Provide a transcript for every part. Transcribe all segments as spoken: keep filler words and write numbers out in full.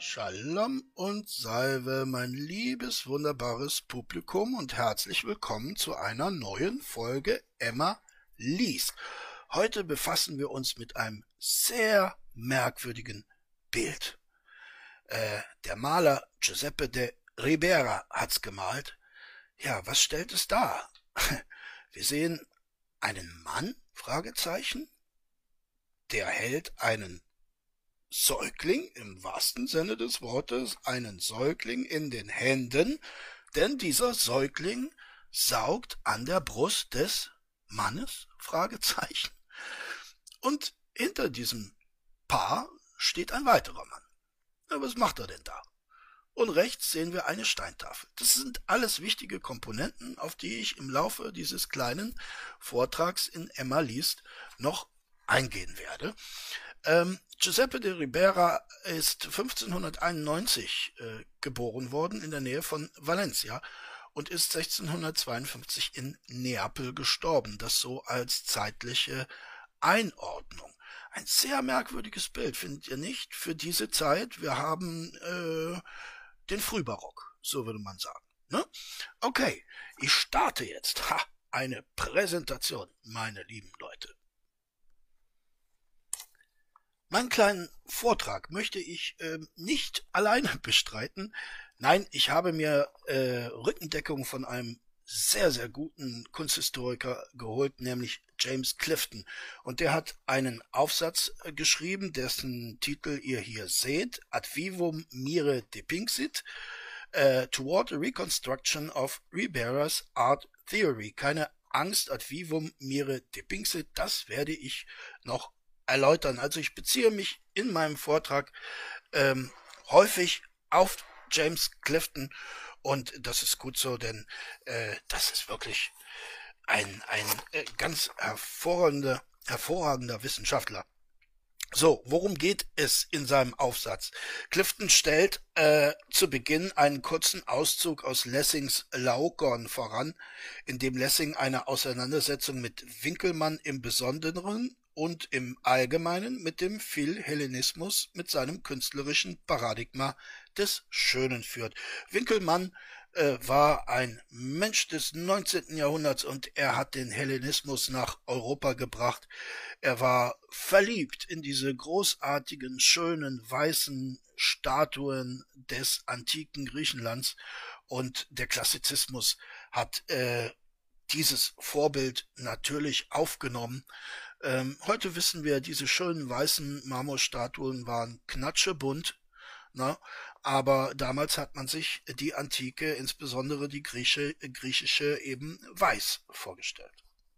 Shalom und Salve, mein liebes, wunderbares Publikum, und herzlich willkommen zu einer neuen Folge Emma liest. Heute befassen wir uns mit einem sehr merkwürdigen Bild. Äh, der Maler Giuseppe de Ribera hat's gemalt. Ja, was stellt es dar? Wir sehen einen Mann, Fragezeichen, der hält einen Säugling, im wahrsten Sinne des Wortes, einen Säugling in den Händen, denn dieser Säugling saugt an der Brust des Mannes, Fragezeichen. Und hinter diesem Paar steht ein weiterer Mann. Na, was macht er denn da? Und rechts sehen wir eine Steintafel. Das sind alles wichtige Komponenten, auf die ich im Laufe dieses kleinen Vortrags in Emma liest noch eingehen werde. Ähm, Giuseppe de Ribera ist fünfzehnhunderteinundneunzig äh, geboren worden in der Nähe von Valencia und ist sechzehnhundertzweiundfünfzig in Neapel gestorben. Das so als zeitliche Einordnung. Ein sehr merkwürdiges Bild, findet ihr nicht? Für diese Zeit. Wir haben äh, den Frühbarock, so würde man sagen. Ne? Okay, ich starte jetzt. Ha, eine Präsentation, meine lieben Leute. Meinen kleinen Vortrag möchte ich äh, nicht alleine bestreiten. Nein, ich habe mir äh, Rückendeckung von einem sehr, sehr guten Kunsthistoriker geholt, nämlich James Clifton. Und der hat einen Aufsatz äh, geschrieben, dessen Titel ihr hier seht, Ad vivum mire depinxit, äh, Toward a Reconstruction of Ribera's Art Theory. Keine Angst, Ad vivum mire depinxit, das werde ich noch erläutern. Also ich beziehe mich in meinem Vortrag ähm, häufig auf James Clifton, und das ist gut so, denn äh, das ist wirklich ein, ein äh, ganz hervorragender, hervorragender Wissenschaftler. So, worum geht es in seinem Aufsatz? Clifton stellt äh, zu Beginn einen kurzen Auszug aus Lessings Laokoon voran, in dem Lessing eine Auseinandersetzung mit Winckelmann im Besonderen und im Allgemeinen mit dem Philhellenismus, mit seinem künstlerischen Paradigma des Schönen führt. Winckelmann äh, war ein Mensch des neunzehnten Jahrhunderts und er hat den Hellenismus nach Europa gebracht. Er war verliebt in diese großartigen, schönen, weißen Statuen des antiken Griechenlands, und der Klassizismus hat äh, dieses Vorbild natürlich aufgenommen. Ähm, heute wissen wir, diese schönen weißen Marmorstatuen waren knatschebunt, na, aber damals hat man sich die Antike, insbesondere die Grieche, griechische, eben weiß vorgestellt.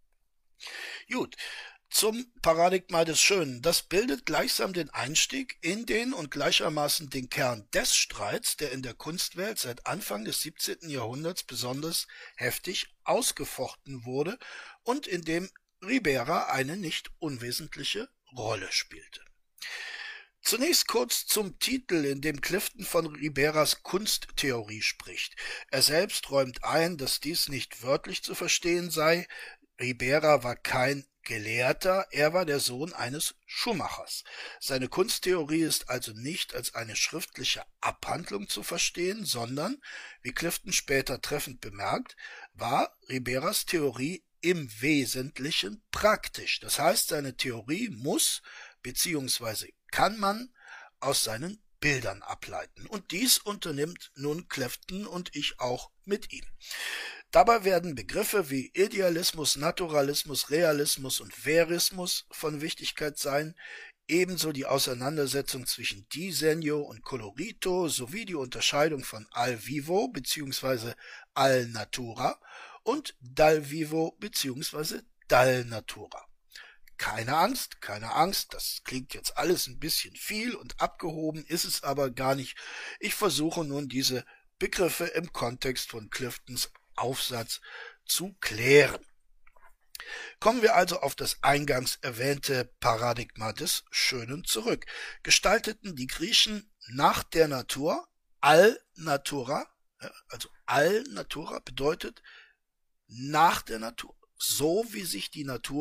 Gut, zum Paradigma des Schönen. Das bildet gleichsam den Einstieg in den und gleichermaßen den Kern des Streits, der in der Kunstwelt seit Anfang des siebzehnten Jahrhunderts besonders heftig ausgefochten wurde und in dem Ribera eine nicht unwesentliche Rolle spielte. Zunächst kurz zum Titel, in dem Clifton von Riberas Kunsttheorie spricht. Er selbst räumt ein, dass dies nicht wörtlich zu verstehen sei. Ribera war kein Gelehrter, er war der Sohn eines Schuhmachers. Seine Kunsttheorie ist also nicht als eine schriftliche Abhandlung zu verstehen, sondern, wie Clifton später treffend bemerkt, war Riberas Theorie im Wesentlichen praktisch. Das heißt, seine Theorie muss bzw. kann man aus seinen Bildern ableiten. Und dies unternimmt nun Clifton und ich auch mit ihm. Dabei werden Begriffe wie Idealismus, Naturalismus, Realismus und Verismus von Wichtigkeit sein, ebenso die Auseinandersetzung zwischen Disegno und Colorito sowie die Unterscheidung von al vivo bzw. al natura und dal vivo bzw. dal natura. Keine Angst, keine Angst, das klingt jetzt alles ein bisschen viel und abgehoben, ist es aber gar nicht. Ich versuche nun, diese Begriffe im Kontext von Cliftons Aufsatz zu klären. Kommen wir also auf das eingangs erwähnte Paradigma des Schönen zurück. Gestalteten die Griechen nach der Natur, al natura, also al natura bedeutet nach der Natur, so wie sich die Natur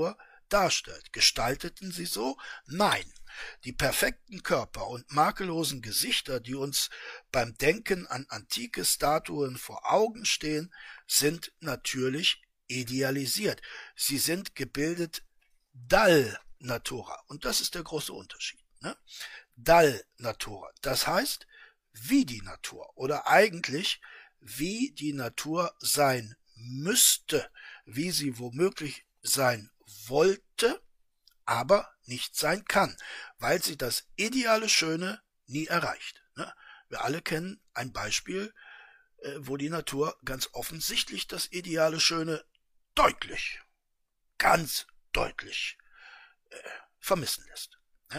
darstellt. Gestalteten sie so? Nein. Die perfekten Körper und makellosen Gesichter, die uns beim Denken an antike Statuen vor Augen stehen, sind natürlich idealisiert. Sie sind gebildet dal natura. Und das ist der große Unterschied. Ne? Dal natura. Das heißt, wie die Natur oder eigentlich wie die Natur sein müsste, wie sie womöglich sein wollte, aber nicht sein kann, weil sie das ideale Schöne nie erreicht. Ne? Wir alle kennen ein Beispiel, äh, wo die Natur ganz offensichtlich das ideale Schöne deutlich, ganz deutlich äh, vermissen lässt. Ne?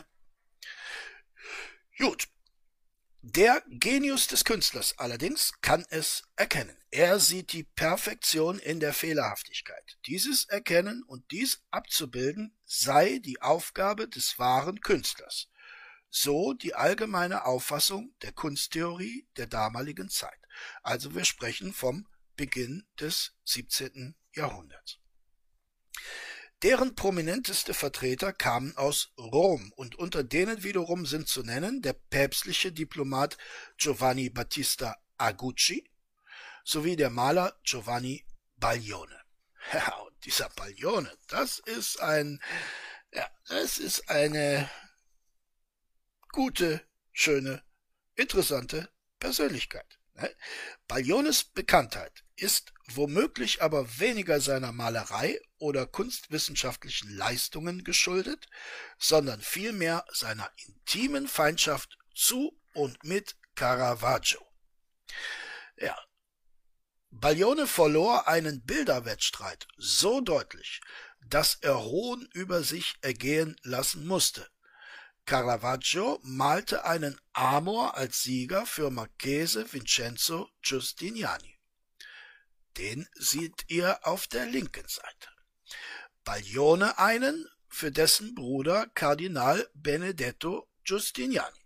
Gut. Der Genius des Künstlers allerdings kann es erkennen. Er sieht die Perfektion in der Fehlerhaftigkeit. Dieses Erkennen und dies abzubilden sei die Aufgabe des wahren Künstlers. So die allgemeine Auffassung der Kunsttheorie der damaligen Zeit. Also wir sprechen vom Beginn des siebzehnten Jahrhunderts. Deren prominenteste Vertreter kamen aus Rom und unter denen wiederum sind zu nennen der päpstliche Diplomat Giovanni Battista Agucci sowie der Maler Giovanni Baglione. Ja, und dieser Baglione, das ist ein, ja, das ist eine gute, schöne, interessante Persönlichkeit. Bagliones Bekanntheit ist womöglich aber weniger seiner Malerei oder kunstwissenschaftlichen Leistungen geschuldet, sondern vielmehr seiner intimen Feindschaft zu und mit Caravaggio. Ja, Baglione verlor einen Bilderwettstreit so deutlich, dass er Hohn über sich ergehen lassen musste. Caravaggio malte einen Amor als Sieger für Marchese Vincenzo Giustiniani. Den seht ihr auf der linken Seite. Baglione einen für dessen Bruder Kardinal Benedetto Giustiniani.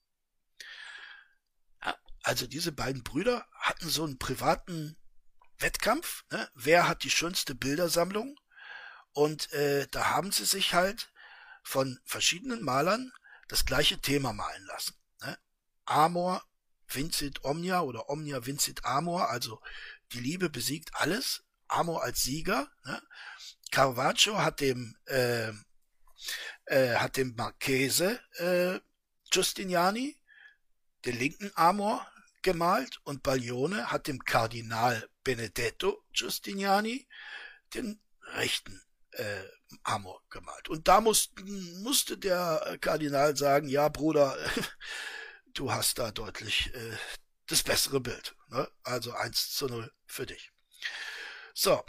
Ja, also diese beiden Brüder hatten so einen privaten Wettkampf, ne? Wer hat die schönste Bildersammlung? Und äh, da haben sie sich halt von verschiedenen Malern das gleiche Thema malen lassen. Ne? Amor vincit omnia oder omnia vincit amor, also die Liebe besiegt alles, Amor als Sieger. Ne? Caravaggio hat dem äh, äh, hat dem Marchese äh, Giustiniani den linken Amor gemalt und Baglione hat dem Kardinal Benedetto Giustiniani den rechten äh, Amor gemalt. Und da mussten, musste der Kardinal sagen, ja Bruder, du hast da deutlich äh, das bessere Bild. Ne? Also eins zu null für dich. So.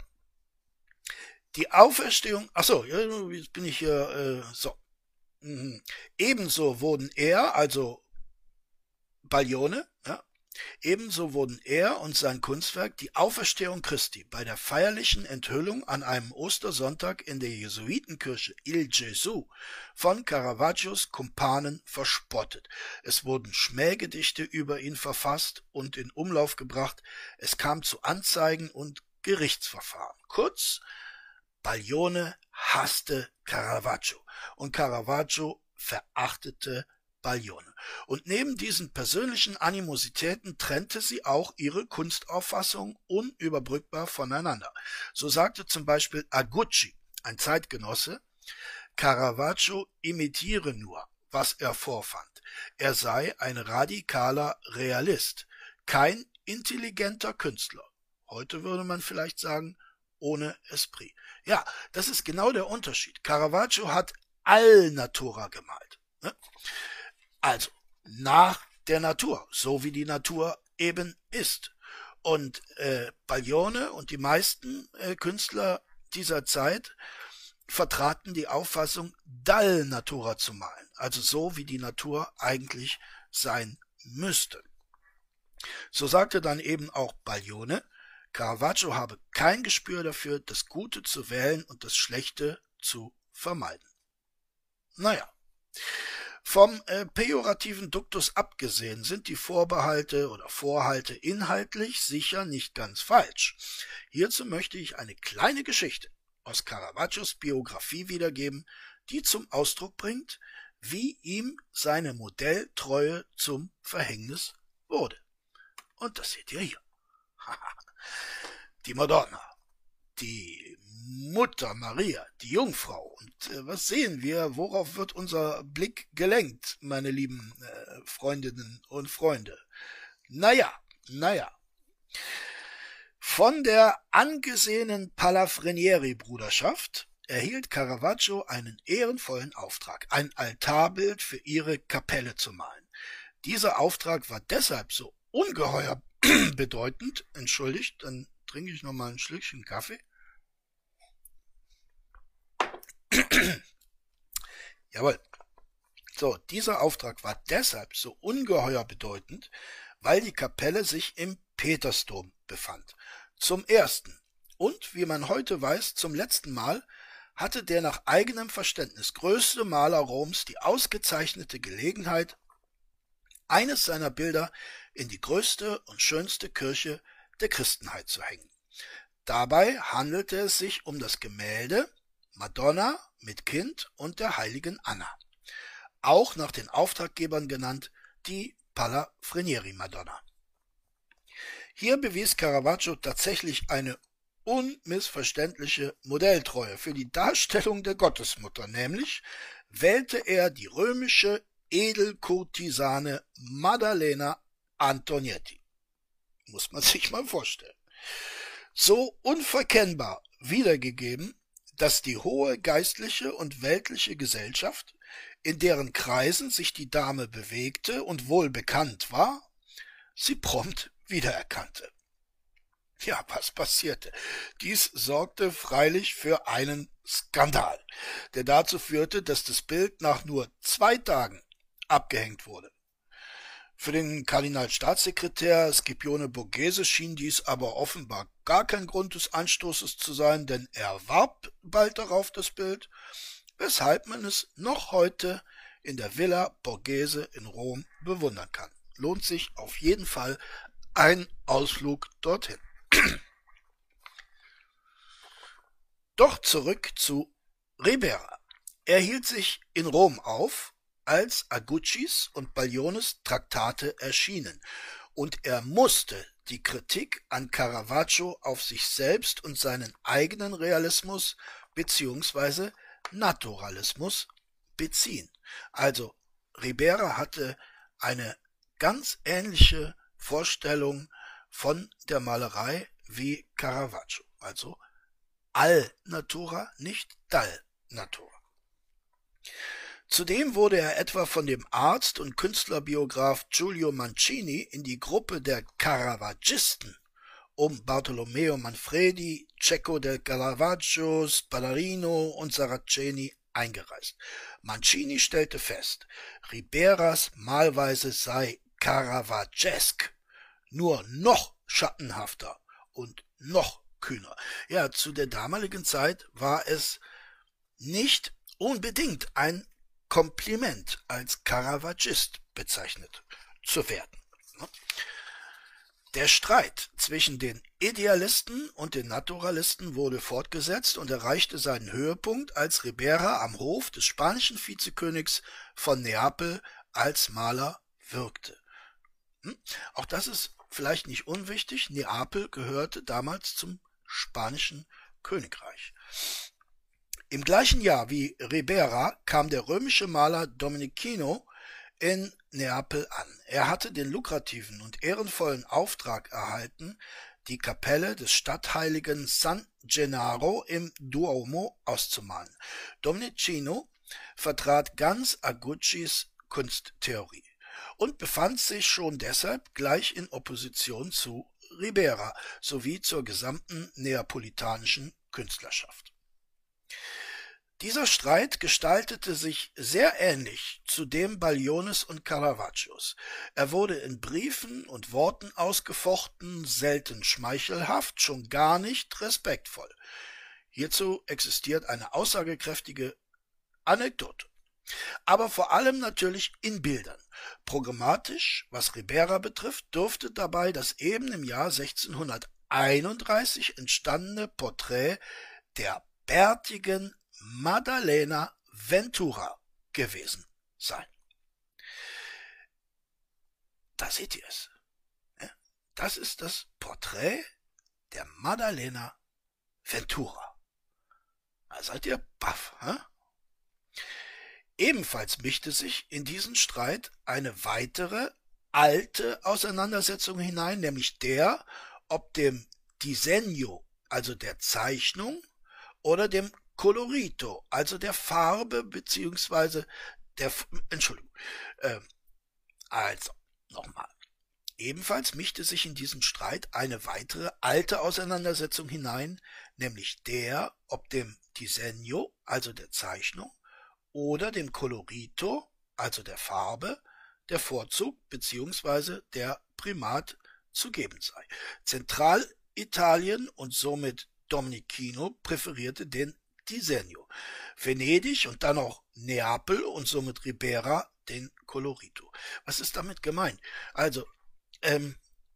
Die Auferstehung, ach so, jetzt bin ich hier, äh, so. Mhm. Ebenso wurden er, also Baglione, ja, ebenso wurden er und sein Kunstwerk die Auferstehung Christi bei der feierlichen Enthüllung an einem Ostersonntag in der Jesuitenkirche Il Gesù von Caravaggios Kumpanen verspottet. Es wurden Schmähgedichte über ihn verfasst und in Umlauf gebracht. Es kam zu Anzeigen und Gerichtsverfahren. Kurz, Baglione hasste Caravaggio und Caravaggio verachtete Baglione. Und neben diesen persönlichen Animositäten trennte sie auch ihre Kunstauffassung unüberbrückbar voneinander. So sagte zum Beispiel Agucci, ein Zeitgenosse, Caravaggio imitiere nur, was er vorfand. Er sei ein radikaler Realist, kein intelligenter Künstler. Heute würde man vielleicht sagen, ohne Esprit. Ja, das ist genau der Unterschied. Caravaggio hat all natura gemalt. Ne? Also nach der Natur, so wie die Natur eben ist. Und äh, Baglione und die meisten äh, Künstler dieser Zeit vertraten die Auffassung, dal natura zu malen, also so wie die Natur eigentlich sein müsste. So sagte dann eben auch Baglione, Caravaggio habe kein Gespür dafür, das Gute zu wählen und das Schlechte zu vermeiden. Naja. Vom äh, pejorativen Duktus abgesehen sind die Vorbehalte oder Vorhalte inhaltlich sicher nicht ganz falsch. Hierzu möchte ich eine kleine Geschichte aus Caravaggios Biografie wiedergeben, die zum Ausdruck bringt, wie ihm seine Modelltreue zum Verhängnis wurde. Und das seht ihr hier. Die Madonna, die Mutter Maria, die Jungfrau. Und äh, was sehen wir? Worauf wird unser Blick gelenkt, meine lieben äh, Freundinnen und Freunde? Naja, naja. Von der angesehenen Palafrenieri-Bruderschaft erhielt Caravaggio einen ehrenvollen Auftrag, ein Altarbild für ihre Kapelle zu malen. Dieser Auftrag war deshalb so ungeheuer bedeutend, entschuldigt, dann trinke ich noch mal ein Schlückchen Kaffee. Jawohl. So, dieser Auftrag war deshalb so ungeheuer bedeutend, weil die Kapelle sich im Petersdom befand. Zum ersten und, wie man heute weiß, zum letzten Mal hatte der nach eigenem Verständnis größte Maler Roms die ausgezeichnete Gelegenheit, eines seiner Bilder in die größte und schönste Kirche der Christenheit zu hängen. Dabei handelte es sich um das Gemälde Madonna mit Kind und der heiligen Anna, auch nach den Auftraggebern genannt die Palafrenieri-Madonna. Hier bewies Caravaggio tatsächlich eine unmissverständliche Modelltreue für die Darstellung der Gottesmutter, nämlich wählte er die römische Edelkurtisane Maddalena Antonietti. Muss man sich mal vorstellen. So unverkennbar wiedergegeben, dass die hohe geistliche und weltliche Gesellschaft, in deren Kreisen sich die Dame bewegte und wohl bekannt war, sie prompt wiedererkannte. Ja, was passierte? Dies sorgte freilich für einen Skandal, der dazu führte, dass das Bild nach nur zwei Tagen abgehängt wurde. Für den Kardinalstaatssekretär Scipione Borghese schien dies aber offenbar gar kein Grund des Anstoßes zu sein, denn er warb bald darauf das Bild, weshalb man es noch heute in der Villa Borghese in Rom bewundern kann. Lohnt sich auf jeden Fall ein Ausflug dorthin. Doch zurück zu Ribera. Er hielt sich in Rom auf, als Aguccis und Bagliones Traktate erschienen, und er musste die Kritik an Caravaggio auf sich selbst und seinen eigenen Realismus bzw. Naturalismus beziehen. Also Ribera hatte eine ganz ähnliche Vorstellung von der Malerei wie Caravaggio, also al natura, nicht dal natura. Zudem wurde er etwa von dem Arzt und Künstlerbiograf Giulio Mancini in die Gruppe der Caravaggisten um Bartolomeo Manfredi, Cecco del Caravaggio, Spadolino und Saraceni eingereist. Mancini stellte fest, Riberas Malweise sei caravaggesk, nur noch schattenhafter und noch kühner. Ja, zu der damaligen Zeit war es nicht unbedingt ein Kompliment, als Caravaggist bezeichnet zu werden. Der Streit zwischen den Idealisten und den Naturalisten wurde fortgesetzt und erreichte seinen Höhepunkt, als Ribera am Hof des spanischen Vizekönigs von Neapel als Maler wirkte. Hm? Auch das ist vielleicht nicht unwichtig. Neapel gehörte damals zum spanischen Königreich. Im gleichen Jahr wie Ribera kam der römische Maler Domenichino in Neapel an. Er hatte den lukrativen und ehrenvollen Auftrag erhalten, die Kapelle des Stadtheiligen San Gennaro im Duomo auszumalen. Domenichino vertrat ganz Aguccis Kunsttheorie und befand sich schon deshalb gleich in Opposition zu Ribera sowie zur gesamten neapolitanischen Künstlerschaft. Dieser Streit gestaltete sich sehr ähnlich zu dem Bagliones und Caravaggios. Er wurde in Briefen und Worten ausgefochten, selten schmeichelhaft, schon gar nicht respektvoll. Hierzu existiert eine aussagekräftige Anekdote. Aber vor allem natürlich in Bildern. Programmatisch, was Ribera betrifft, dürfte dabei das eben im Jahr sechzehnhunderteinunddreißig entstandene Porträt der bärtigen Maddalena Ventura gewesen sein. Da seht ihr es. Das ist das Porträt der Maddalena Ventura. Da seid ihr baff, hä? Ebenfalls mischte sich in diesen Streit eine weitere alte Auseinandersetzung hinein, nämlich der, ob dem Disegno, also der Zeichnung, oder dem Colorito, also der Farbe, beziehungsweise der, Entschuldigung, äh, also, nochmal. Ebenfalls mischte sich in diesen Streit eine weitere alte Auseinandersetzung hinein, nämlich der, ob dem Disegno, also der Zeichnung, oder dem Colorito, also der Farbe, der Vorzug bzw. der Primat zu geben sei. Zentralitalien und somit Domenichino präferierte den Disegno, Venedig und dann auch Neapel und somit Ribera den Colorito. Was ist damit gemeint? Also, ähm,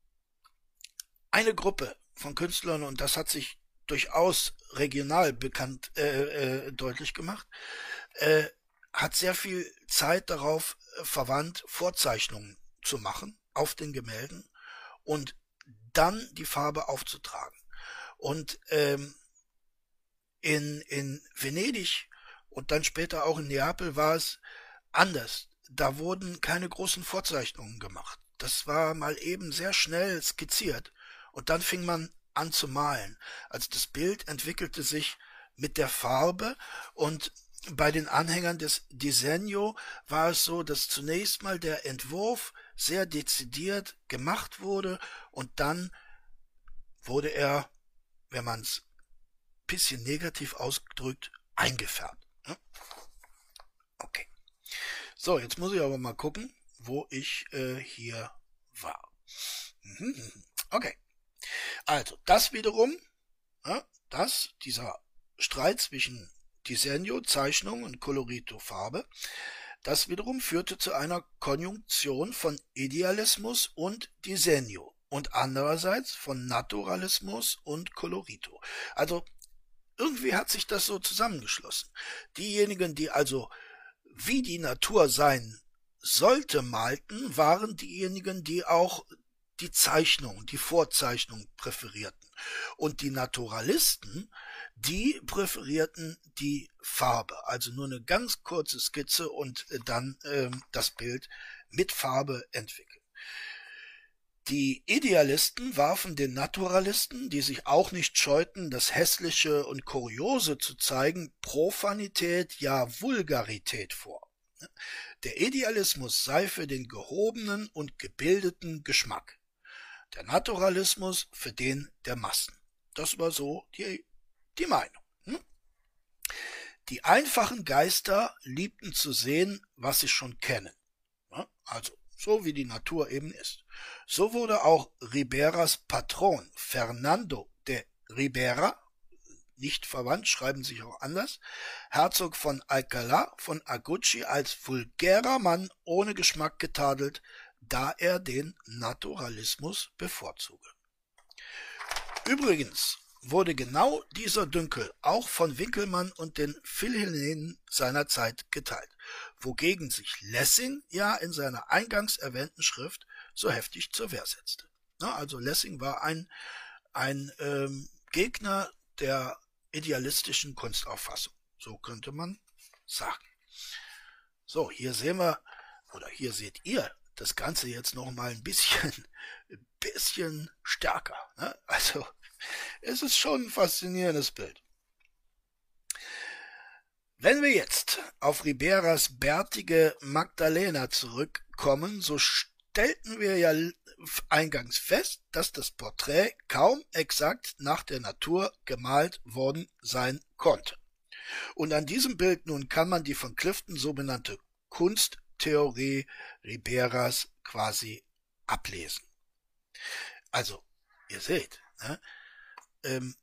eine Gruppe von Künstlern, und das hat sich durchaus regional bekannt äh, äh, deutlich gemacht, äh, hat sehr viel Zeit darauf äh, verwandt, Vorzeichnungen zu machen auf den Gemälden und dann die Farbe aufzutragen. Und ähm, in, in Venedig und dann später auch in Neapel war es anders. Da wurden keine großen Vorzeichnungen gemacht. Das war mal eben sehr schnell skizziert und dann fing man an zu malen. Also das Bild entwickelte sich mit der Farbe, und bei den Anhängern des Disegno war es so, dass zunächst mal der Entwurf sehr dezidiert gemacht wurde und dann wurde er, wenn man es ein bisschen negativ ausdrückt, eingefärbt. Okay. So, jetzt muss ich aber mal gucken, wo ich äh, hier war. Okay. Also, das wiederum, ja, das, dieser Streit zwischen Disegno, Zeichnung, und Colorito, Farbe, das wiederum führte zu einer Konjunktion von Idealismus und Disegno und andererseits von Naturalismus und Colorito. Also, irgendwie hat sich das so zusammengeschlossen. Diejenigen, die also wie die Natur sein sollte malten, waren diejenigen, die auch die Zeichnung, die Vorzeichnung präferierten. Und die Naturalisten, die präferierten die Farbe, also nur eine ganz kurze Skizze und dann ähm, das Bild mit Farbe entwickeln. Die Idealisten warfen den Naturalisten, die sich auch nicht scheuten, das Hässliche und Kuriose zu zeigen, Profanität, ja Vulgarität vor. Der Idealismus sei für den gehobenen und gebildeten Geschmack, der Naturalismus für den der Massen. Das war so die, die Meinung. Hm? Die einfachen Geister liebten zu sehen, was sie schon kennen. Ja, also so wie die Natur eben ist. So wurde auch Riberas Patron Fernando de Ribera, nicht verwandt, schreiben sich auch anders, Herzog von Alcalá von Aguchi, als vulgärer Mann ohne Geschmack getadelt, da er den Naturalismus bevorzuge. Übrigens wurde genau dieser Dünkel auch von Winckelmann und den Philhellenen seiner Zeit geteilt, wogegen sich Lessing ja in seiner eingangs erwähnten Schrift so heftig zur Wehr setzte. Na, also Lessing war ein, ein ähm, Gegner der idealistischen Kunstauffassung, so könnte man sagen. So, hier sehen wir, oder hier seht ihr das Ganze jetzt noch mal ein bisschen, ein bisschen stärker. Ne? Also es ist schon ein faszinierendes Bild. Wenn wir jetzt auf Riberas bärtige Magdalena zurückkommen, so stellten wir ja eingangs fest, dass das Porträt kaum exakt nach der Natur gemalt worden sein konnte. Und an diesem Bild nun kann man die von Clifton so benannte Kunsttheorie Riberas quasi ablesen. Also, ihr seht, ne? ähm,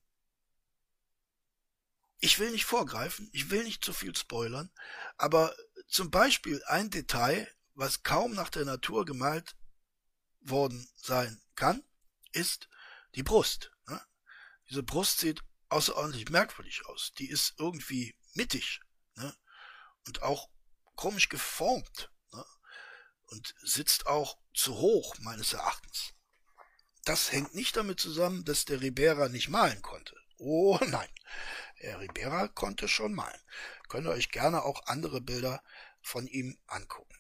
ich will nicht vorgreifen, ich will nicht zu viel spoilern, aber zum Beispiel ein Detail, was kaum nach der Natur gemalt worden sein kann, ist die Brust. Ne? Diese Brust sieht außerordentlich merkwürdig aus. Die ist irgendwie mittig, ne? Und auch komisch geformt, ne? Und sitzt auch zu hoch, meines Erachtens. Das hängt nicht damit zusammen, dass der Ribera nicht malen konnte. Oh nein, der Ribera konnte schon malen. Könnt ihr euch gerne auch andere Bilder von ihm angucken.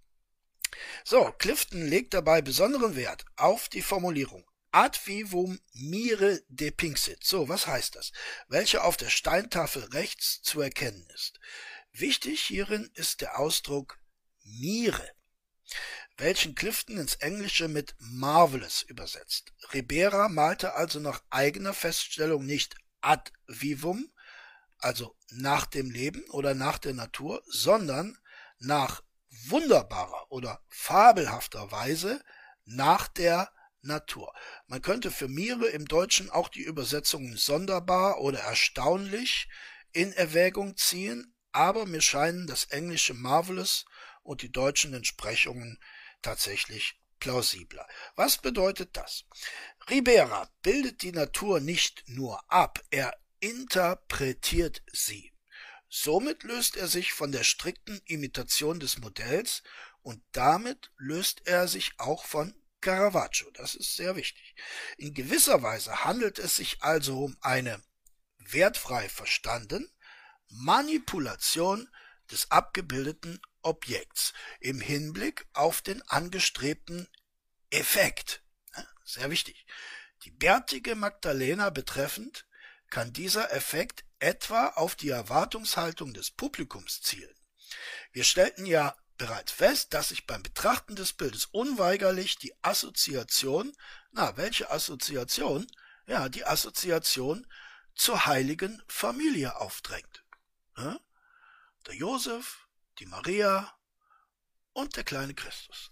So, Clifton legt dabei besonderen Wert auf die Formulierung ad vivum mire depinxit. So, was heißt das? Welche auf der Steintafel rechts zu erkennen ist. Wichtig hierin ist der Ausdruck mire, welchen Clifton ins Englische mit marvelous übersetzt. Ribera malte also nach eigener Feststellung nicht ad vivum, also nach dem Leben oder nach der Natur, sondern nach wunderbarer oder fabelhafter Weise nach der Natur. Man könnte für Mire im Deutschen auch die Übersetzungen sonderbar oder erstaunlich in Erwägung ziehen, aber mir scheinen das englische marvelous und die deutschen Entsprechungen tatsächlich plausibler. Was bedeutet das? Ribera bildet die Natur nicht nur ab, er interpretiert sie. Somit löst er sich von der strikten Imitation des Modells und damit löst er sich auch von Caravaggio. Das ist sehr wichtig. In gewisser Weise handelt es sich also um eine, wertfrei verstanden, Manipulation des abgebildeten Objekts im Hinblick auf den angestrebten Effekt. Sehr wichtig. Die bärtige Magdalena betreffend kann dieser Effekt etwa auf die Erwartungshaltung des Publikums zielen. Wir stellten ja bereits fest, dass sich beim Betrachten des Bildes unweigerlich die Assoziation, na, welche Assoziation? Ja, die Assoziation zur heiligen Familie aufdrängt. Ja? Der Josef, die Maria und der kleine Christus.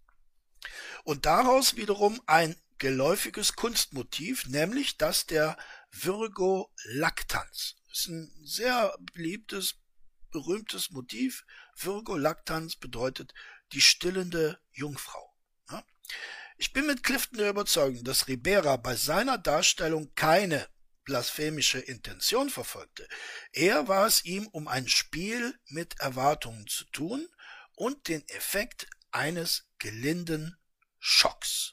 Und daraus wiederum ein geläufiges Kunstmotiv, nämlich das der Virgo Lactans. Das ist ein sehr beliebtes, berühmtes Motiv. Virgo Lactans bedeutet die stillende Jungfrau. Ja? Ich bin mit Clifton der Überzeugung, dass Ribera bei seiner Darstellung keine blasphemische Intention verfolgte. Eher war es ihm um ein Spiel mit Erwartungen zu tun und den Effekt eines gelinden Schocks.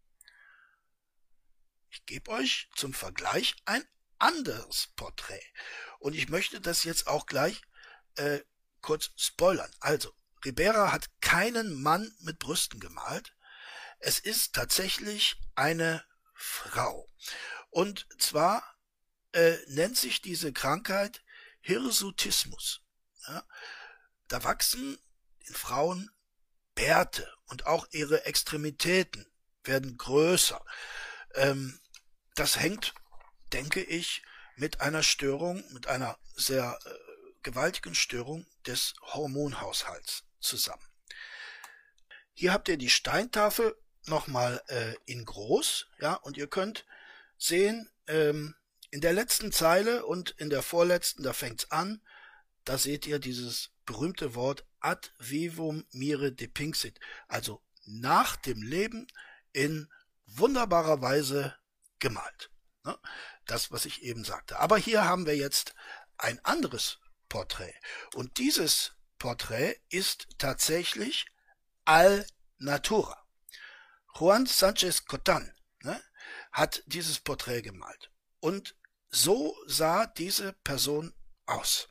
Ich gebe euch zum Vergleich ein anderes Porträt. Und ich möchte das jetzt auch gleich äh, kurz spoilern. Also, Ribera hat keinen Mann mit Brüsten gemalt. Es ist tatsächlich eine Frau. Und zwar äh, nennt sich diese Krankheit Hirsutismus. Ja? Da wachsen in Frauen Bärte und auch ihre Extremitäten werden größer. Ähm, das hängt, denke ich, mit einer Störung, mit einer sehr äh, gewaltigen Störung des Hormonhaushalts zusammen. Hier habt ihr die Steintafel nochmal äh, in groß, ja, und ihr könnt sehen, ähm, in der letzten Zeile und in der vorletzten, da fängt's an, da seht ihr dieses berühmte Wort ad vivum mire depinxit, also nach dem Leben in wunderbarer Weise gemalt. Ne? Das, was ich eben sagte. Aber hier haben wir jetzt ein anderes Porträt. Und dieses Porträt ist tatsächlich al natura. Juan Sánchez Cotán, ne, hat dieses Porträt gemalt. Und so sah diese Person aus.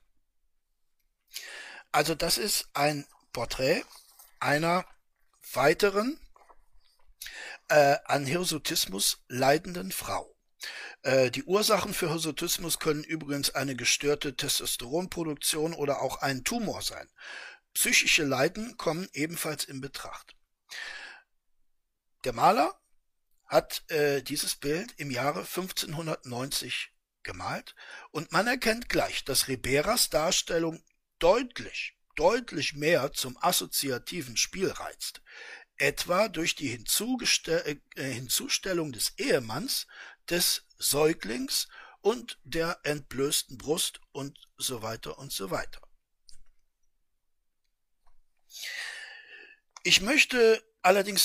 Also das ist ein Porträt einer weiteren äh, an Hirsutismus leidenden Frau. Äh, die Ursachen für Hirsutismus können übrigens eine gestörte Testosteronproduktion oder auch ein Tumor sein. Psychische Leiden kommen ebenfalls in Betracht. Der Maler hat äh, dieses Bild im Jahre fünfzehnhundertneunzig gemalt und man erkennt gleich, dass Riberas Darstellung deutlich, deutlich mehr zum assoziativen Spiel reizt, etwa durch die Hinzugeste äh, Hinzustellung des Ehemanns, des Säuglings und der entblößten Brust und so weiter und so weiter. Ich möchte allerdings noch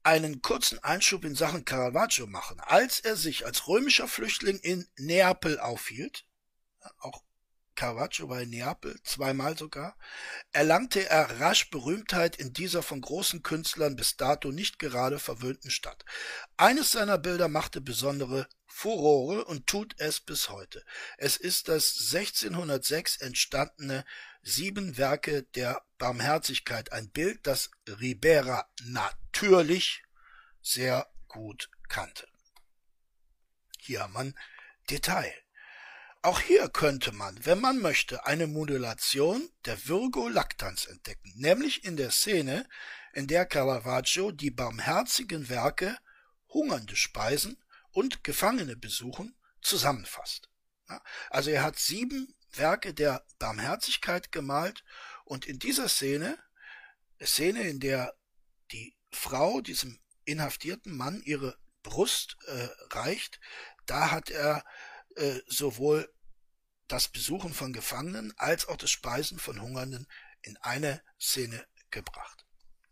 einen kurzen Einschub in Sachen Caravaggio machen. Als er sich als römischer Flüchtling in Neapel aufhielt, auch Caravaggio war in Neapel, zweimal sogar, erlangte er rasch Berühmtheit in dieser von großen Künstlern bis dato nicht gerade verwöhnten Stadt. Eines seiner Bilder machte besondere Furore und tut es bis heute. Es ist das sechzehnhundertsechs entstandene Sieben Werke der Barmherzigkeit, ein Bild, das Ribera natürlich sehr gut kannte. Hier haben wir ein Detail. Auch hier könnte man, wenn man möchte, eine Modulation der Virgo Lactans entdecken, nämlich in der Szene, in der Caravaggio die barmherzigen Werke Hungernde speisen und Gefangene besuchen zusammenfasst. Also er hat sieben Werke der Barmherzigkeit gemalt und in dieser Szene, Szene, in der die Frau diesem inhaftierten Mann ihre Brust äh, reicht, da hat er äh, sowohl das Besuchen von Gefangenen als auch das Speisen von Hungernden in eine Szene gebracht.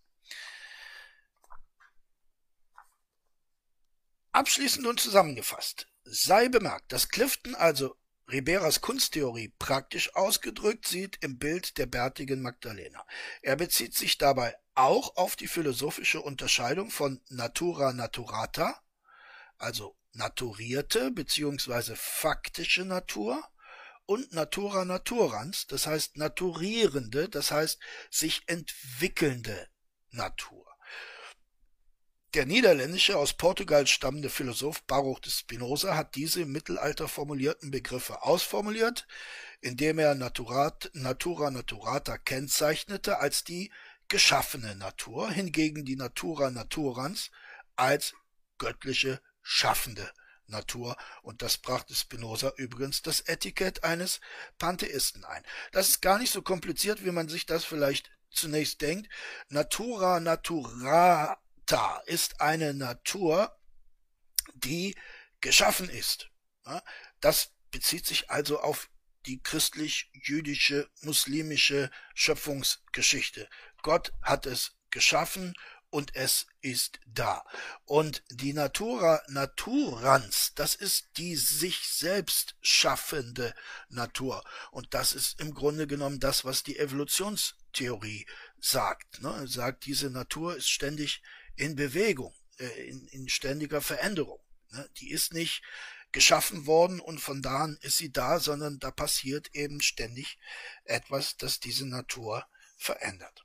Abschließend und zusammengefasst sei bemerkt, dass Clifton also Riberas Kunsttheorie praktisch ausgedrückt sieht im Bild der bärtigen Magdalena. Er bezieht sich dabei auch auf die philosophische Unterscheidung von Natura Naturata, also naturierte bzw. faktische Natur, und Natura Naturans, das heißt naturierende, das heißt sich entwickelnde Natur. Der niederländische, aus Portugal stammende Philosoph Baruch de Spinoza hat diese im Mittelalter formulierten Begriffe ausformuliert, indem er Naturat, Natura Naturata kennzeichnete als die geschaffene Natur, hingegen die Natura Naturans als göttliche schaffende Natur, und das brachte Spinoza übrigens das Etikett eines Pantheisten ein. Das ist gar nicht so kompliziert, wie man sich das vielleicht zunächst denkt. Natura Naturata ist eine Natur, die geschaffen ist. Das bezieht sich also auf die christlich-jüdische, muslimische Schöpfungsgeschichte. Gott hat es geschaffen und es ist da. Und die Natura Naturans, das ist die sich selbst schaffende Natur. Und das ist im Grunde genommen das, was die Evolutionstheorie sagt. Ne? Sagt, diese Natur ist ständig in Bewegung, äh, in, in ständiger Veränderung. Ne? Die ist nicht geschaffen worden und von da an ist sie da, sondern da passiert eben ständig etwas, das diese Natur verändert.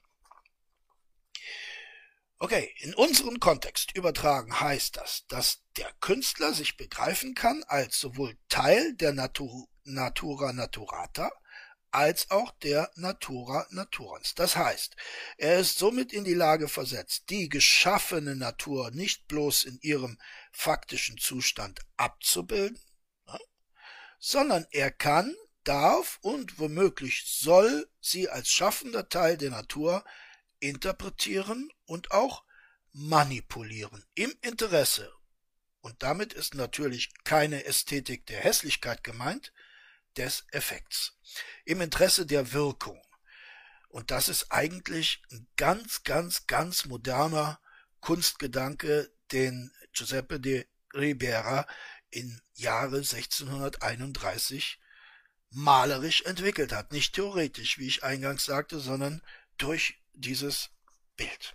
Okay, in unseren Kontext übertragen heißt das, dass der Künstler sich begreifen kann als sowohl Teil der Natur, Natura Naturata als auch der Natura Naturans. Das heißt, er ist somit in die Lage versetzt, die geschaffene Natur nicht bloß in ihrem faktischen Zustand abzubilden, sondern er kann, darf und womöglich soll sie als schaffender Teil der Natur interpretieren und auch manipulieren im Interesse, und damit ist natürlich keine Ästhetik der Hässlichkeit gemeint, des Effekts, im Interesse der Wirkung. Und das ist eigentlich ein ganz, ganz, ganz moderner Kunstgedanke, den Giuseppe de Ribera im Jahre sechzehnhunderteinunddreißig malerisch entwickelt hat. Nicht theoretisch, wie ich eingangs sagte, sondern durch dieses Bild.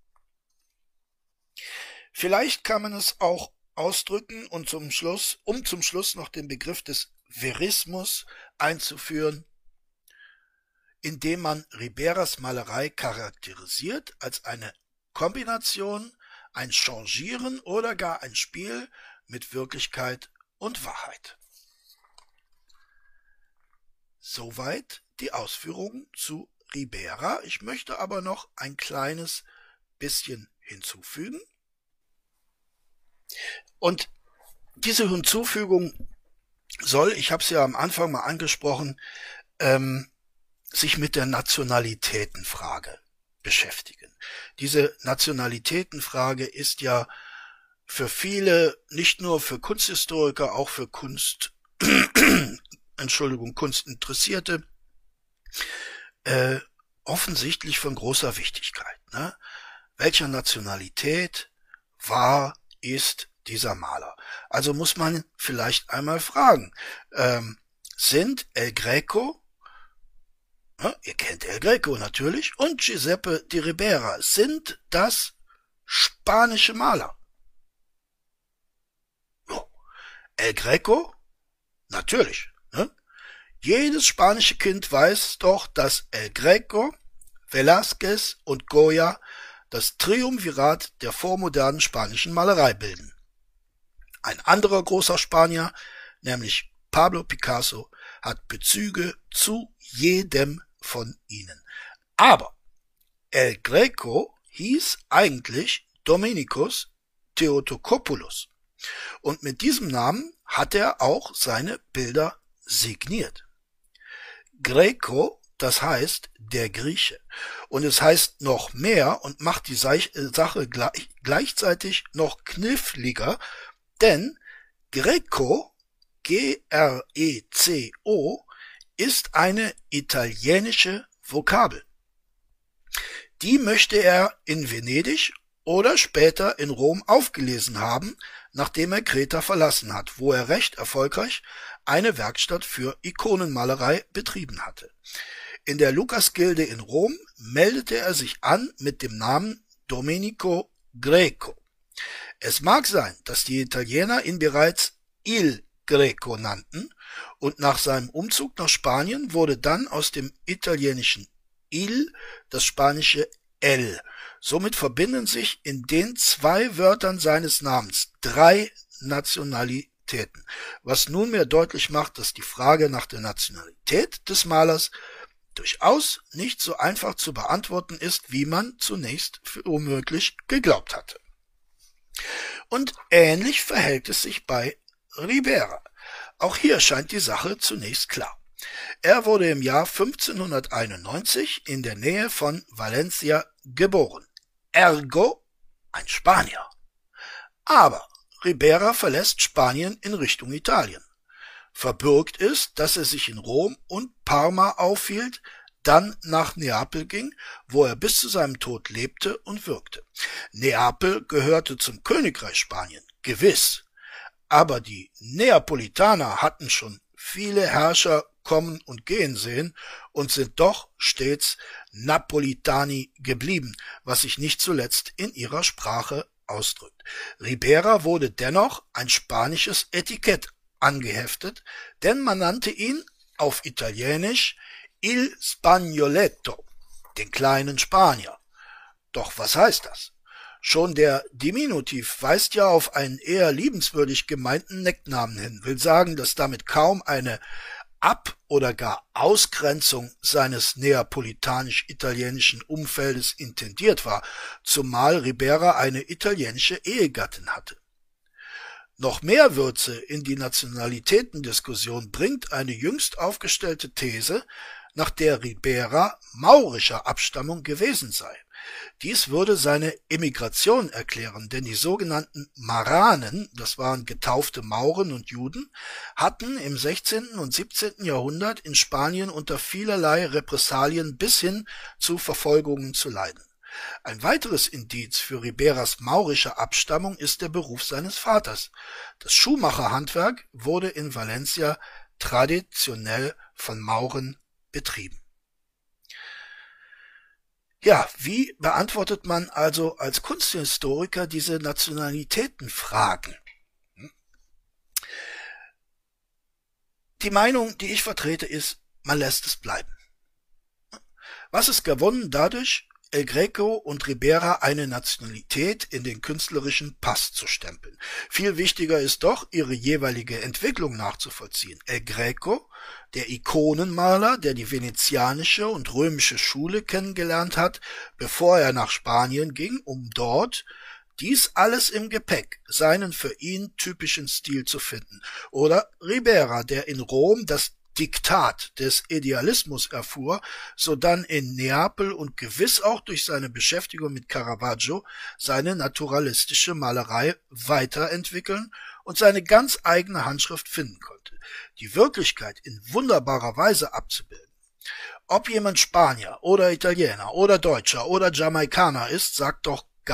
Vielleicht kann man es auch ausdrücken und zum Schluss, um zum Schluss noch den Begriff des Verismus einzuführen, indem man Riberas Malerei charakterisiert als eine Kombination, ein Changieren oder gar ein Spiel mit Wirklichkeit und Wahrheit. Soweit die Ausführungen zu Ribera. Ich möchte aber noch ein kleines bisschen hinzufügen. Und diese Hinzufügung soll, ich habe es ja am Anfang mal angesprochen, ähm, sich mit der Nationalitätenfrage beschäftigen. Diese Nationalitätenfrage ist ja für viele, nicht nur für Kunsthistoriker, auch für Kunst, Entschuldigung, Kunstinteressierte, äh, offensichtlich von großer Wichtigkeit. Ne? Welcher Nationalität wahr ist dieser Maler? Also muss man vielleicht einmal fragen, ähm, sind El Greco, ja, ihr kennt El Greco natürlich, und Giuseppe di Ribera, sind das spanische Maler? Ja. El Greco? Natürlich. Ne? Jedes spanische Kind weiß doch, dass El Greco, Velázquez und Goya das Triumvirat der vormodernen spanischen Malerei bilden. Ein anderer großer Spanier, nämlich Pablo Picasso, hat Bezüge zu jedem von ihnen. Aber El Greco hieß eigentlich Dominikus Theotokopoulos. Und mit diesem Namen hat er auch seine Bilder signiert. Greco, das heißt der Grieche. Und es heißt noch mehr und macht die Sache gleich, gleichzeitig noch kniffliger, denn Greco, G R E C O, ist eine italienische Vokabel. Die möchte er in Venedig oder später in Rom aufgelesen haben, nachdem er Kreta verlassen hat, wo er recht erfolgreich eine Werkstatt für Ikonenmalerei betrieben hatte. In der Lukasgilde in Rom meldete er sich an mit dem Namen Domenico Greco. Es mag sein, dass die Italiener ihn bereits Il Greco nannten, und nach seinem Umzug nach Spanien wurde dann aus dem italienischen Il das spanische El. Somit verbinden sich in den zwei Wörtern seines Namens drei Nationalitäten, was nunmehr deutlich macht, dass die Frage nach der Nationalität des Malers durchaus nicht so einfach zu beantworten ist, wie man zunächst für unmöglich geglaubt hatte. Und ähnlich verhält es sich bei Ribera. Auch hier scheint die Sache zunächst klar. Er wurde im Jahr fünfzehnhunderteinundneunzig in der Nähe von Valencia geboren. Ergo ein Spanier. Aber Ribera verlässt Spanien in Richtung Italien. Verbürgt ist, dass er sich in Rom und Parma aufhielt, dann nach Neapel ging, wo er bis zu seinem Tod lebte und wirkte. Neapel gehörte zum Königreich Spanien, gewiss. Aber die Neapolitaner hatten schon viele Herrscher kommen und gehen sehen und sind doch stets Napolitani geblieben, was sich nicht zuletzt in ihrer Sprache ausdrückt. Ribera wurde dennoch ein spanisches Etikett angeheftet, denn man nannte ihn auf Italienisch Il Spagnoletto, den kleinen Spanier. Doch was heißt das? Schon der Diminutiv weist ja auf einen eher liebenswürdig gemeinten Necknamen hin, will sagen, dass damit kaum eine Ab- oder gar Ausgrenzung seines neapolitanisch-italienischen Umfeldes intendiert war, zumal Ribera eine italienische Ehegattin hatte. Noch mehr Würze in die Nationalitätendiskussion bringt eine jüngst aufgestellte These, nach der Ribera maurischer Abstammung gewesen sei. Dies würde seine Emigration erklären, denn die sogenannten Maranen, das waren getaufte Mauren und Juden, hatten im sechzehnten und siebzehnten Jahrhundert in Spanien unter vielerlei Repressalien bis hin zu Verfolgungen zu leiden. Ein weiteres Indiz für Riberas maurische Abstammung ist der Beruf seines Vaters. Das Schuhmacherhandwerk wurde in Valencia traditionell von Mauren betrieben. Ja, wie beantwortet man also als Kunsthistoriker diese Nationalitätenfragen? Die Meinung, die ich vertrete, ist, man lässt es bleiben. Was ist gewonnen dadurch, El Greco und Ribera eine Nationalität in den künstlerischen Pass zu stempeln? Viel wichtiger ist doch, ihre jeweilige Entwicklung nachzuvollziehen. El Greco, der Ikonenmaler, der die venezianische und römische Schule kennengelernt hat, bevor er nach Spanien ging, um dort dies alles im Gepäck, seinen für ihn typischen Stil zu finden. Oder Ribera, der in Rom das Diktat des Idealismus erfuhr, sodann in Neapel und gewiss auch durch seine Beschäftigung mit Caravaggio seine naturalistische Malerei weiterentwickeln und seine ganz eigene Handschrift finden konnte, die Wirklichkeit in wunderbarer Weise abzubilden. Ob jemand Spanier oder Italiener oder Deutscher oder Jamaikaner ist, sagt doch gar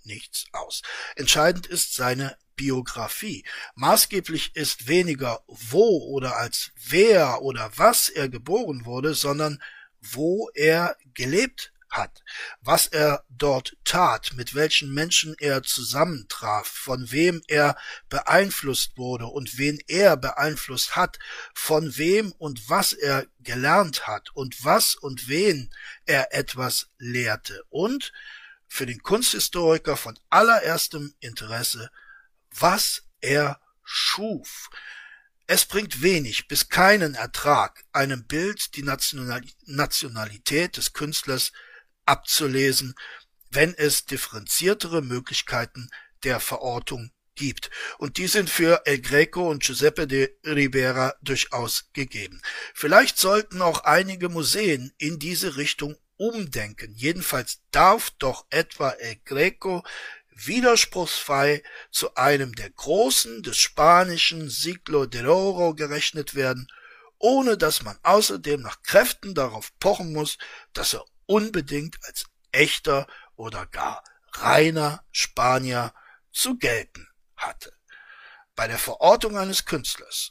nichts aus. Entscheidend ist seine Biografie. Maßgeblich ist weniger, wo oder als wer oder was er geboren wurde, sondern wo er gelebt hat, was er dort tat, mit welchen Menschen er zusammentraf, von wem er beeinflusst wurde und wen er beeinflusst hat, von wem und was er gelernt hat und was und wen er etwas lehrte und für den Kunsthistoriker von allererstem Interesse, was er schuf. Es bringt wenig bis keinen Ertrag, einem Bild die Nationalität des Künstlers abzulesen, wenn es differenziertere Möglichkeiten der Verortung gibt. Und die sind für El Greco und Giuseppe de Ribera durchaus gegeben. Vielleicht sollten auch einige Museen in diese Richtung umdenken. Jedenfalls darf doch etwa El Greco widerspruchsfrei zu einem der Großen des spanischen Siglo del Oro gerechnet werden, ohne dass man außerdem nach Kräften darauf pochen muss, dass er unbedingt als echter oder gar reiner Spanier zu gelten hatte. Bei der Verortung eines Künstlers,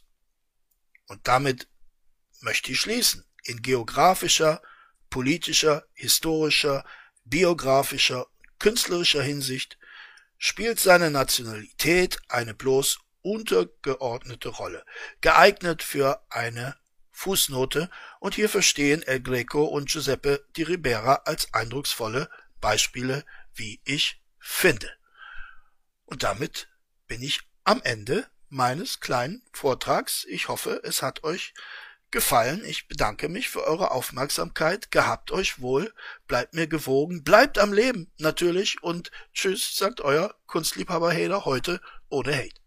und damit möchte ich schließen, in geografischer, politischer, historischer, biografischer, künstlerischer Hinsicht, spielt seine Nationalität eine bloß untergeordnete Rolle, geeignet für eine Fußnote, und hierfür stehen El Greco und Giuseppe di Ribera als eindrucksvolle Beispiele, wie ich finde. Und damit bin ich am Ende meines kleinen Vortrags. Ich hoffe, es hat euch gefallen. Ich bedanke mich für eure Aufmerksamkeit. Gehabt euch wohl, bleibt mir gewogen, bleibt am Leben natürlich und tschüss, sagt euer Kunstliebhaber Hader, heute ohne Hate.